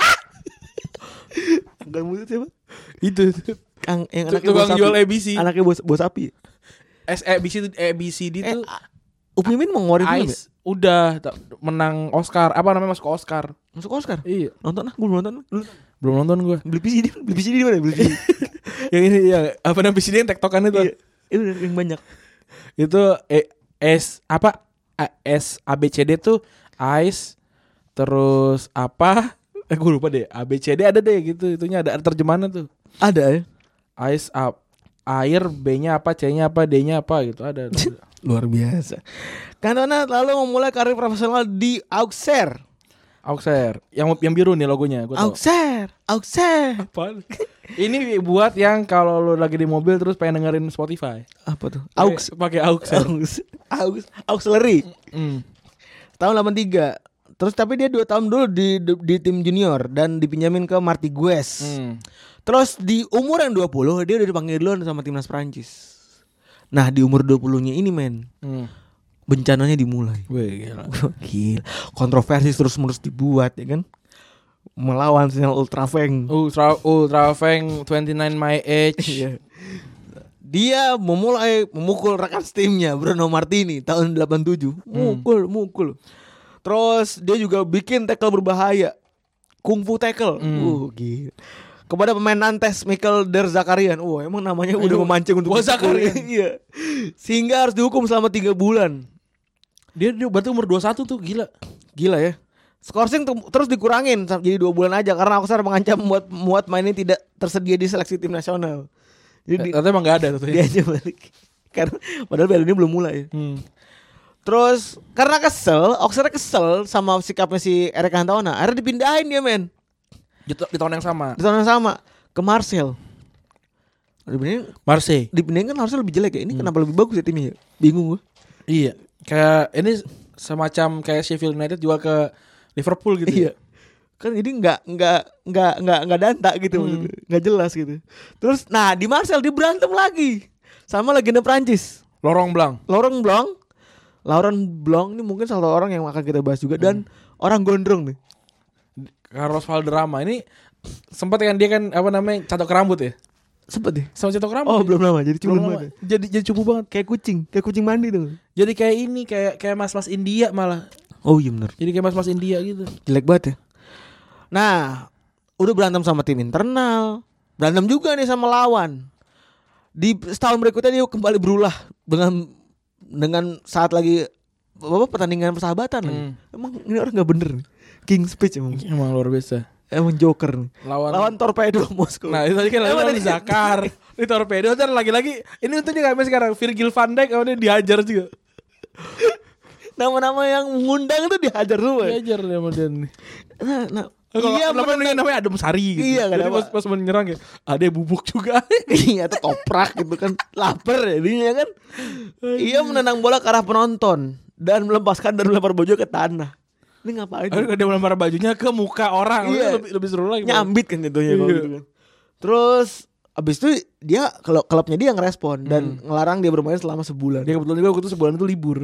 Uncle Mutu siapa? Itu. Yang anaknya tukang jual ABC. Anaknya bos sapi. ABCD itu. Upin Ipin mau ngeluarin film ya? Udah menang Oscar. Apa namanya masuk Oscar? Masuk Oscar? Iya. Nonton lah, gue belum nonton. Belum nonton gue. Beli PCD di mana? Beli PCD. Yang ini ya, apa namanya PCD yang tektokan itu? Iya. Itu yang banyak. Itu ABCD tuh Ice terus apa? Gue lupa deh. ABCD ada deh gitu. Itunya ada terjemahannya tuh. Ada ya? Ice air, B-nya apa, C-nya apa, D-nya apa gitu ada. Luar biasa. Cantona lalu memulai karir profesional di Auxerre Auxerre. Yang biru nih logonya, gua tahu. Auxerre. Apaan? Ini buat yang kalau lo lagi di mobil terus pengen dengerin Spotify. Apa tuh? Pakai Auxerre. Auxiliary. Tahun 83. Terus tapi dia 2 tahun dulu di tim junior dan dipinjamin ke Martigues. Terus di umur yang 20 dia udah dipanggil duluan sama timnas Prancis. Nah, di umur 20-nya ini bencananya dimulai. Wih, gila. Gila. Kontroversi terus-menerus dibuat ya kan. Melawan sinyal Ultrafeng. Ultrafeng 29 my age. Iya. Dia memulai memukul rekan timnya Bruno Martini tahun 87. Mukul. Terus dia juga bikin tackle berbahaya. Kung fu tackle. Gila. Kepada pemain Nantes Michael Der Zakarian. Emang namanya udah memancing untuk Zakarian. Iya. Sehingga harus dihukum selama 3 bulan. Dia berarti umur 21 tuh, gila. Gila ya. Skorsing terus dikurangin jadi 2 bulan aja karena Auxerre mengancam muat main ini tidak tersedia di seleksi tim nasional. Jadi Ternyata emang gak ada tuh. dia aja balik. Karena padahal Piala Dunia belum mulai. Terus karena Auxerre kesel sama sikapnya si Eric Cantona, akhirnya dipindahin dia men. Di tahun yang sama. Di tahun yang sama ke Marseille. Marseille. Dipindahin kan Marseille lebih jelek ya. Ini kenapa lebih bagus ya timnya? Bingung gue. Iya. Kayak ini semacam kayak Sheffield United jual ke Liverpool gitu. Iya. Kan jadi nggak danta gitu maksudnya. Nggak jelas gitu. Terus nah di Marseille dia berantem lagi sama legenda Prancis. Laurent Blanc ini mungkin salah satu orang yang akan kita bahas juga dan orang gondrong nih. Carlos Valderrama ini sempat kan dia kan catok rambut ya. Sempet deh. Sama catok rambut. Oh, belum lama jadi culun banget. Jadi cupu banget. Kayak kucing mandi tuh. Jadi kayak ini kayak mas-mas India malah. Oh iya benar. Jadi kayak mas-mas India gitu. Jelek banget ya. Nah, udah berantem sama tim internal, berantem juga nih sama lawan. Di setahun berikutnya dia kembali berulah dengan saat lagi pertandingan persahabatan lagi. Emang ini orang nggak bener. King speech Emang luar biasa. Emang joker nih. Lawan Torpedo Moskow. Nah itu tadi kan lawan Zakar. Di Torpedo ntar lagi-lagi. Ini untungnya kami sekarang Virgil van Dijk dia dihajar juga. Nama-nama yang mengundang itu dihajar semua. Dihajar sama dia nih. Nah iya namanya Adem Sari gitu. Iya, jadi pas menyerang ya ada bubuk juga. Iya atau toprak gitu kan. Lapar ya dia kan. Ia menendang bola ke arah penonton dan melempar baju ke tanah. Ini ngapain? Dia melempar bajunya ke muka orang. Iya. Lebih seru lagi. Nyambit kan jatuhnya kalau gitu kan. Terus abis itu dia klubnya dia ngerespon dan ngelarang dia bermain selama sebulan. Dia kebetulan juga waktu itu sebulan itu libur.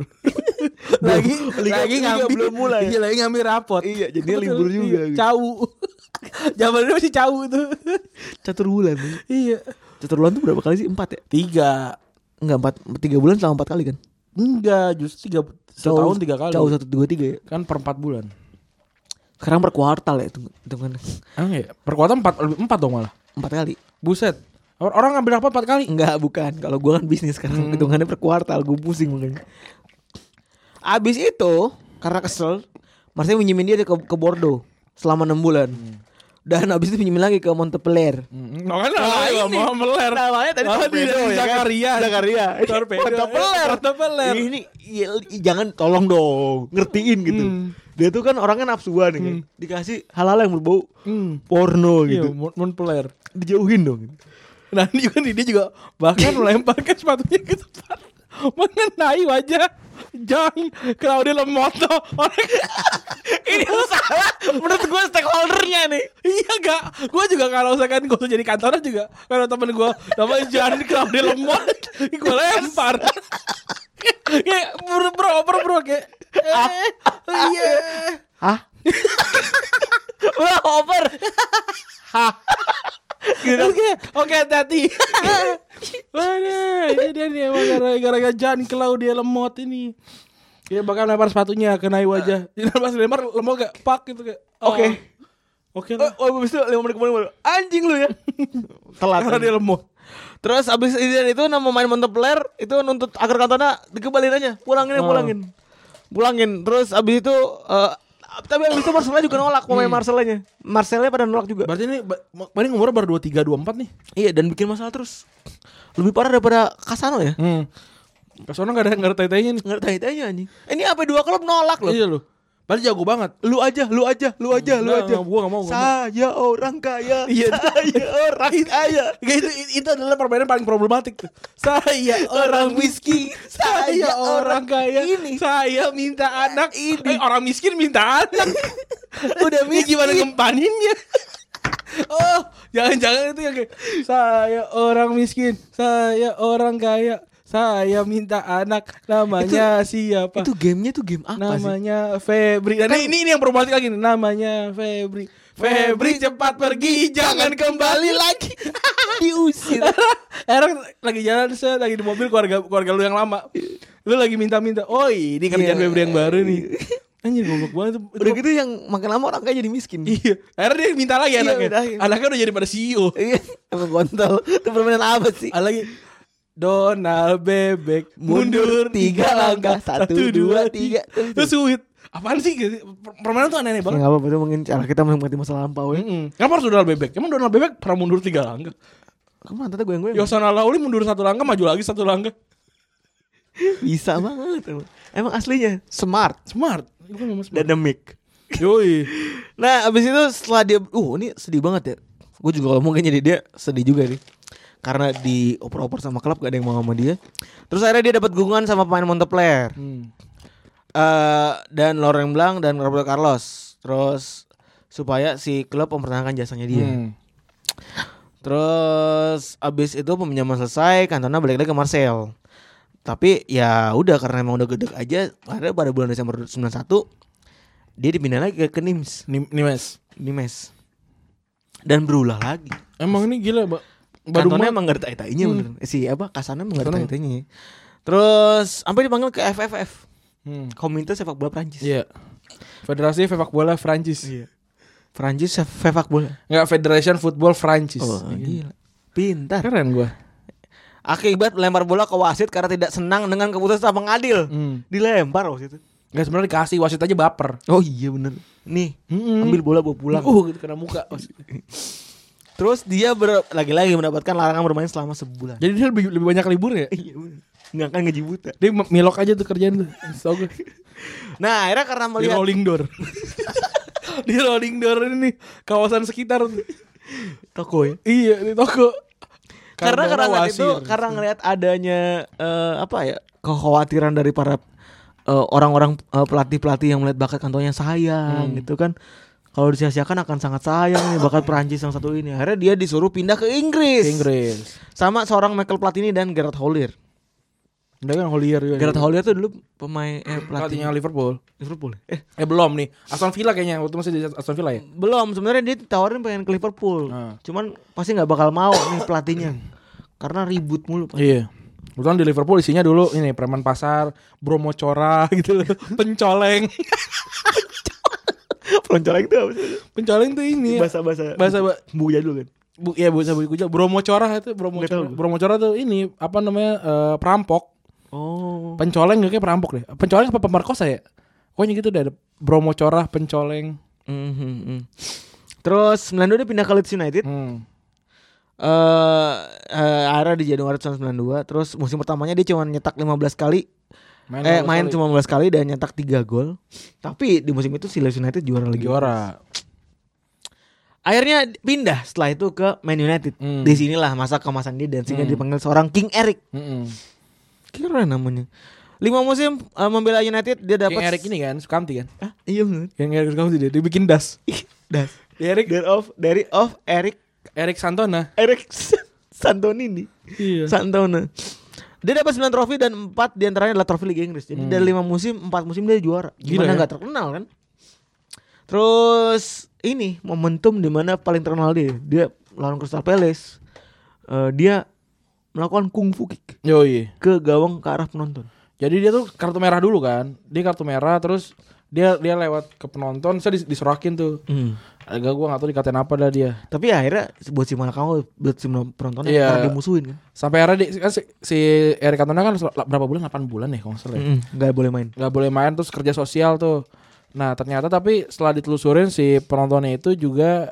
lagi ngambil belum mulai. Iya lagi ngambil rapot. Iya jadi dia libur juga. Cau. Zaman itu masih cau itu. Catur bulan. Iya. Catur bulan tuh berapa kali sih? 4 ya? 3. Enggak 3 bulan selama 4 kali kan? Enggak, justru 3 setahun 3 kali. Jauh 1 2 3 ya. Kan per 4 bulan. Sekarang per kuartal ya hitungannya. Ya? Per kuartal 4 dong malah. 4 kali. Buset. Orang ngambil rapot 4 kali? Enggak, bukan. Kalau gua kan bisnis sekarang hitungannya per kuartal, gua pusing makanya. Abis itu karena kesel, Marseille pinjemin dia ke Bordeaux selama 6 bulan. Dan abis itu pinjemin lagi ke Montpellier. Montpellier. Namanya tadi Torpedo ya kan? Zakaria. Montpellier. Ini jangan tolong dong, ngertiin gitu. Dia tuh kan orangnya nafsuan kan. Dikasih hal-hal yang berbau porno gitu. Iya, Montpellier. Dijauhin dong. Nah dia juga bahkan melemparkan sepatunya ke tempat mengenai wajah John Claude Lemoto. Ini salah menurut gue stakeholdernya nih. Iya gak? Gue juga kalau misalkan gue jadi kantoran juga, kalau temen gue namanya John Claude Lemoto, gue lempar. Kayak bro kayak iya. Hah? Udah over. Hah? Oke, hati-hati. Waduh, ini dia nih emang gara-gara John Claude Lemoto ini. Dia bakal lempar sepatunya kenai wajah. Jadi pas lempar lemot gak pak gitu kayak. Oke lah. Abis itu 5 menit kemudian anjing lu ya. Telat. Karena dia lemot. Terus abis itu nama main Montpellier itu nuntut agar Cantona dikembaliin aja. Pulangin. Terus abis itu tapi abis itu Marseille juga nolak pemain Marseille pada nolak juga. Berarti ini paling umurnya baru 23 24 nih. Iya dan bikin masalah terus. Lebih parah daripada Casano ya. Casano enggak ada tai-tainya nih. Enggak ada tai-tainya anjing. Ini apa 2 klub nolak loh. Iya loh. Padahal jago banget. Lu aja. Gua gak mau. Saya orang kaya. Iya. Saya orang kaya. Itu adalah permainan paling problematik tuh. Saya orang miskin, saya orang kaya. Ini. Saya minta anak. Ini orang miskin minta anak. Udah Ini gimana ngempaninnya? Oh, jangan-jangan itu yang kayak saya orang miskin, saya orang kaya. Saya minta anak, namanya siapa? Itu gamenya tuh game apa sih? Namanya Febri. Dan ini yang problematik lagi nih. Namanya Febri. Febri cepat pergi, jangan kembali lagi. Diusir. Orang lagi jalan, saya lagi di mobil keluarga lu yang lama. Lu lagi minta-minta. Oh, ini kerjaan Febri yang baru nih. Anjir goblok banget. Udah gitu yang makin lama orang kayak jadi miskin. Iya. Akhirnya dia minta lagi anaknya. Anaknya udah jadi pada CEO. Iya, emang kontol. Itu permainan apa sih? Ada lagi Donald bebek mundur 3 langkah 1, 2, 3. Itu sweet. Apaan sih? Permainan tuh aneh-aneh banget. Ya gak apa-apa, itu mungkin cara kita menikmati masa lampau ya. Kenapa harus Donald bebek? Emang Donald bebek pernah mundur 3 langkah? Kamu nanti gue yang Yosana Lawli mundur 1 langkah, maju lagi 1 langkah. bisa banget. Emang aslinya smart. Bukan memang smart. Dynamic. Yoi. Nah abis itu setelah dia ini sedih banget ya. Gue juga ngomong kayaknya dia sedih juga nih. Karena dioper-oper sama klub gak ada yang mau sama dia. Terus akhirnya dia dapat gabungan sama pemain Montpellier. Dan Laurent Blanc dan Roberto Carlos. Terus supaya si klub mempertahankan jasanya dia. Terus abis itu peminjaman selesai, Cantona balik lagi ke Marseille. Tapi ya udah karena emang udah gede aja. Akhirnya pada bulan Desember 91 dia dipindah lagi ke Nimes. Dan berulah lagi. Emang ini gila, Mbak. Cantona emang gak ada tai-tainya bener. Si Kasana emang gak ada tai-tainya. Terus sampai dipanggil ke FFF. Komite sepak bola Prancis. Iya. Federasi sepak bola Prancis. Iya. Prancis sepak bola. Enggak, Federation Football Prancis. Oh, gila. Pintar. Keren gua. Akibat melempar bola ke wasit karena tidak senang dengan keputusan pengadil. Dilempar wasit itu. Enggak, sebenarnya dikasih, wasit aja baper. Oh iya bener. Nih, ambil bola bawa pulang. Gitu kena muka wasit. Terus dia lagi-lagi mendapatkan larangan bermain selama sebulan. Jadi dia lebih banyak libur ya? Iya bener. Nggak akan gaji buta. Dia milok aja tuh kerjaan tuh. Nah akhirnya karena Di melihat rolling door. Di rolling door ini kawasan sekitar tuh. toko ya. Iya di toko. Karena itu karena ngelihat adanya kekhawatiran dari para orang-orang pelatih-pelatih yang melihat bakat Cantonanya sayang gitu kan. Kalau disia-siakan akan sangat sayang nih bakat Perancis yang satu ini. Akhirnya dia disuruh pindah ke Inggris. Sama seorang Michael Platini dan Gerard Houllier. Dia kan Houllier juga. Gerard Houllier tuh dulu pelatihnya Liverpool. Belum nih. Aston Villa kayaknya waktu masih di Aston Villa ya. Belum, sebenarnya dia ditawarin pengen ke Liverpool. Cuman pasti nggak bakal mau nih pelatihnya. Karena ribut mulu. Iya. Kebetulan di Liverpool isinya dulu ini preman pasar, Bromo Cora gitu loh. Pencoleng. Pencoleng itu apa sih? Pencoleng tuh ini bahasa buku jadul kan. Bahasa buku jadul. Bromo Cora itu Bromo Cora tuh ini apa namanya perampok. Oh. Pencoleng kayak perampok deh. Pencoleng apa pemerkosa ya? Pokoknya gitu deh, ada Bromo Cora, pencoleng. Terus 92 dia pindah ke Leeds United. Akhirnya di Januari 1992. Terus musim pertamanya dia cuma nyetak 15 kali. Main cuma 15 kali dan nyetak 3 gol. Tapi di musim itu si Leeds United juara lagi. Akhirnya pindah setelah itu ke Man United. Di sinilah masa kemasan dia dan sehingga dipanggil seorang King Eric. Keren namanya. 5 musim membela United dia dapat. King Eric ini kan Sukamti kan? Iya benar. King Eric Sukamti dia bikin das. Eric Santona. Eric Santonini. Iya. Santona. Dia dapat 9 trofi dan 4 diantaranya adalah trofi Liga Inggris. Jadi dari 5 musim 4 musim dia juara. Gimana nggak terkenal kan? Terus ini momentum di mana paling terkenal dia lawan Crystal Palace. Dia melakukan kungfu kick. Ke gawang ke arah penonton. Jadi dia tuh kartu merah dulu kan. Dia kartu merah terus dia lewat ke penonton, saya disurakin tuh. Agak gue gak tahu dikatain apa dah dia. Tapi akhirnya buat si Malakang, buat si penontonnya karena dimusuhin kan. Sampai akhirnya si Eric Cantona kan berapa bulan? 8 bulan ya kalau gak salah. Gak boleh main terus kerja sosial tuh. Nah ternyata tapi setelah ditelusurin si penontonnya itu juga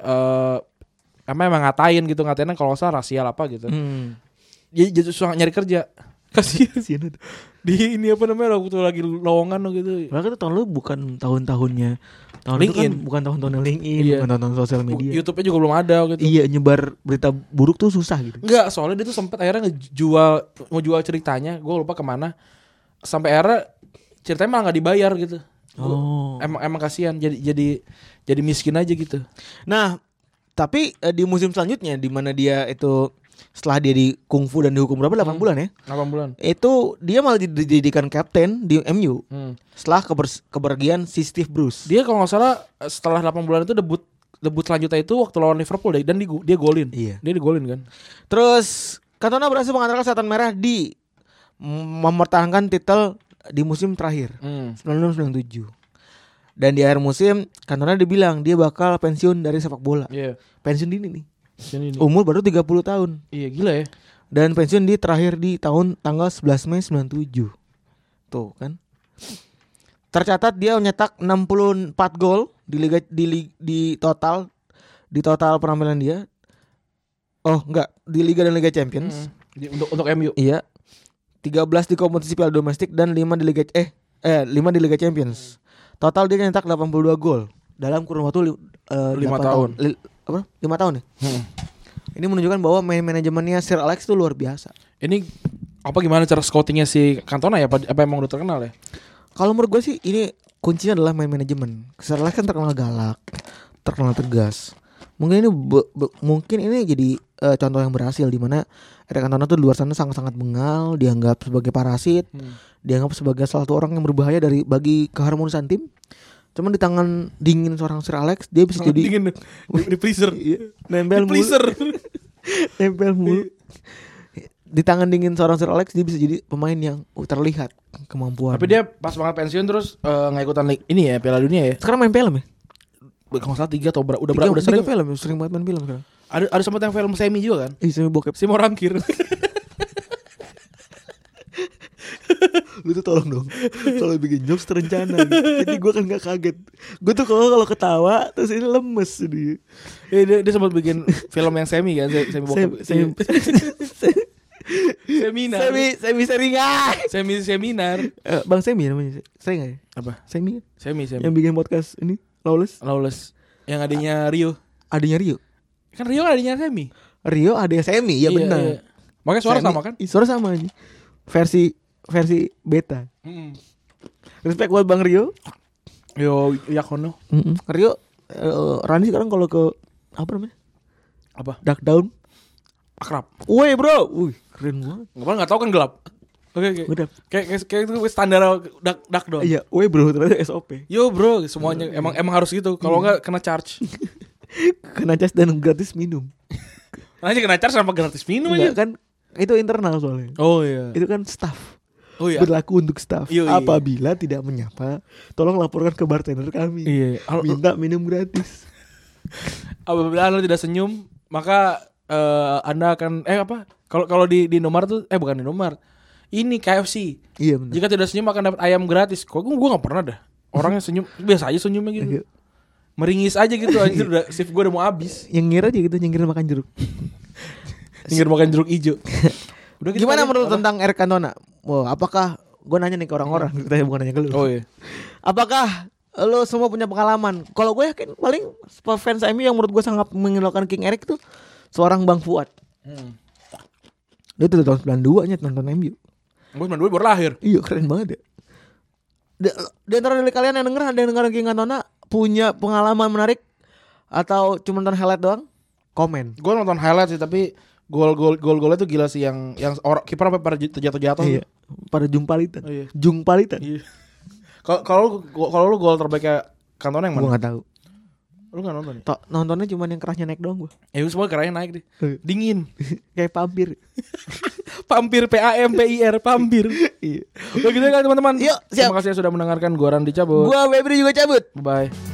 emang ngatain gitu. Ngatainnya kalau salah rasial apa gitu. Dia susah nyari kerja. Kasihan. Di ini apa namanya waktu lagi lowongan gitu. Bahkan tahun lalu bukan tahun-tahunnya tahun itu LinkedIn. kan bukan tahun-tahun LinkedIn, Iya. bukan tahun-tahun sosial media. YouTube-nya juga belum ada gitu. Iya, nyebar berita buruk tuh susah gitu. Enggak, soalnya dia tuh sempat akhirnya mau jual ceritanya, gue lupa kemana. Sampai akhirnya ceritanya malah nggak dibayar gitu. Oh. Emang kasihan jadi miskin aja gitu. Nah, tapi di musim selanjutnya di mana dia itu setelah dia di kungfu dan dihukum berapa 8 bulan ya? 8 bulan. Itu dia malah dijadikan kapten di MU. Setelah kepergian si Steve Bruce. Dia kalau nggak salah setelah 8 bulan itu debut selanjutnya itu waktu lawan Liverpool deh, dan dia golin. Iya. Dia digolin kan. Terus Cantona berhasil mengantarkan Setan Merah di mempertahankan titel di musim terakhir 1997. Dan di akhir musim Cantona dibilang dia bakal pensiun dari sepak bola. Iya. Pensiun dini nih. Sini nih. Umur baru 30 tahun. Iya, gila ya. Dan pensiun di terakhir di tanggal 11 Mei 97. Tuh kan. Tercatat dia mencetak 64 gol di total penampilan dia. Oh, enggak, di Liga dan Liga Champions. Untuk MU. Iya. 13 di kompetisi Piala Domestik dan 5 di Liga Champions. Total dia nyetak 82 gol dalam kurun waktu 5 8 tahun. 5 tahun ya? Ini menunjukkan bahwa manajemennya Sir Alex itu luar biasa. Ini apa gimana cara scoutingnya si Cantona ya? Apa emang udah terkenal ya? Kalau menurut gue sih ini kuncinya adalah manajemen. Sir Alex kan terkenal galak, terkenal tegas. Mungkin ini jadi contoh yang berhasil di mana Eric Cantona tuh di luar sana sangat-sangat bengal, dianggap sebagai parasit, dianggap sebagai salah satu orang yang berbahaya bagi keharmonisan tim. Cuman di tangan dingin seorang Sir Alex dia bisa jadi dingin di freezer. nempel mulu. Nempel mulu. Di tangan dingin seorang Sir Alex dia bisa jadi pemain yang terlihat kemampuan. Tapi dia pas banget pensiun terus nggak ikutan ini ya Piala Dunia ya. sekarang main film ya? Kalau salah 3 atau udah Tiga film, sering banget main film sekarang. Ada sempat yang film semi juga kan? Semi bokep. Si Morangkir. Lu tuh tolong dong kalau bikin jokes terencana. Jadi gue kan gak kaget. Gue tuh kalau ketawa terus ini lemes dia. Dia sempat bikin film yang semi kan, semi bokep. Seminar. Semi seringan. Seminar. Bang Semi namanya. Sering gak ya? Apa? Semi. Semi. Yang bikin podcast ini Lawless. Yang adanya Rio. Adanya Rio. Kan Rio adanya Semi. Rio ada Semi, ya benar. Iya. Makanya suara Semi, sama kan? Suara sama aja. Versi beta. Respect buat Bang Rio. Yo Yakono. Rio Rani sekarang kalau ke apa namanya? Apa? Dark Down. Akrab. Woi bro. Wih keren banget. Enggak tahu kan gelap. Oke. Udah. Kayak itu standar dak dong. Iya, woi bro ternyata SOP. Yo bro, semuanya emang harus gitu. Kalau enggak kena charge. Kena cas dan gratis minum. Nanti kena charge sama gratis minum aja. Enggak kan itu internal soalnya. Oh iya. Itu kan staff. Oh iya. Berlaku untuk staff. Iya, iya. Apabila tidak menyapa, tolong laporkan ke bartender kami. Iya. Minta minum gratis. Apabila Anda tidak senyum, maka Anda akan kalau di Indomaret tuh bukan di Indomaret. Ini KFC. Iya benar. Jika tidak senyum akan dapat ayam gratis. Kok gue enggak pernah dah. Orangnya senyum biasa aja senyumnya gitu. Iya. Meringis aja gitu anjir udah shift gue udah mau habis. Nyengir aja gitu, nyengir makan jeruk. Nyengir makan jeruk hijau. Udah gitu Gimana kali. menurut tentang Eric Cantona? Wow, apakah gue nanya nih ke orang-orang, kita bukan nanya ke lu. Oh iya. Apakah lo semua punya pengalaman? Kalau gue yakin paling fans MU yang menurut gue sangat mengidolakan King Eric tuh seorang Bang Fuad. Dia tuh tahun 92 nya nonton MU. Gue 92 baru lahir. Iya keren banget ya. Di antara dari kalian yang denger ada yang denger King Cantona punya pengalaman menarik atau cuma nonton highlight doang? Komen. Gue nonton highlight sih tapi gol-golnya tuh gila sih yang orang kiper sampai pada terjatuh-jatuh. Iya. Pada jumpalitan. Oh, iya. Jungpalitan. Iya. Kalau lu gol terbaiknya Cantona yang Gue mana? nggak tahu. Lu nggak nonton ya? Nontonnya cuma yang kerahnya naik doang gue. Semua kerahnya naik deh. Dingin. Kayak pampir. Pampir PAMPIR pampir. Iya. Udah gitu kan teman-teman. Yuk, siap. Terima kasih yang sudah mendengarkan. Gua Randy cabut. Gua Febri juga cabut. Bye.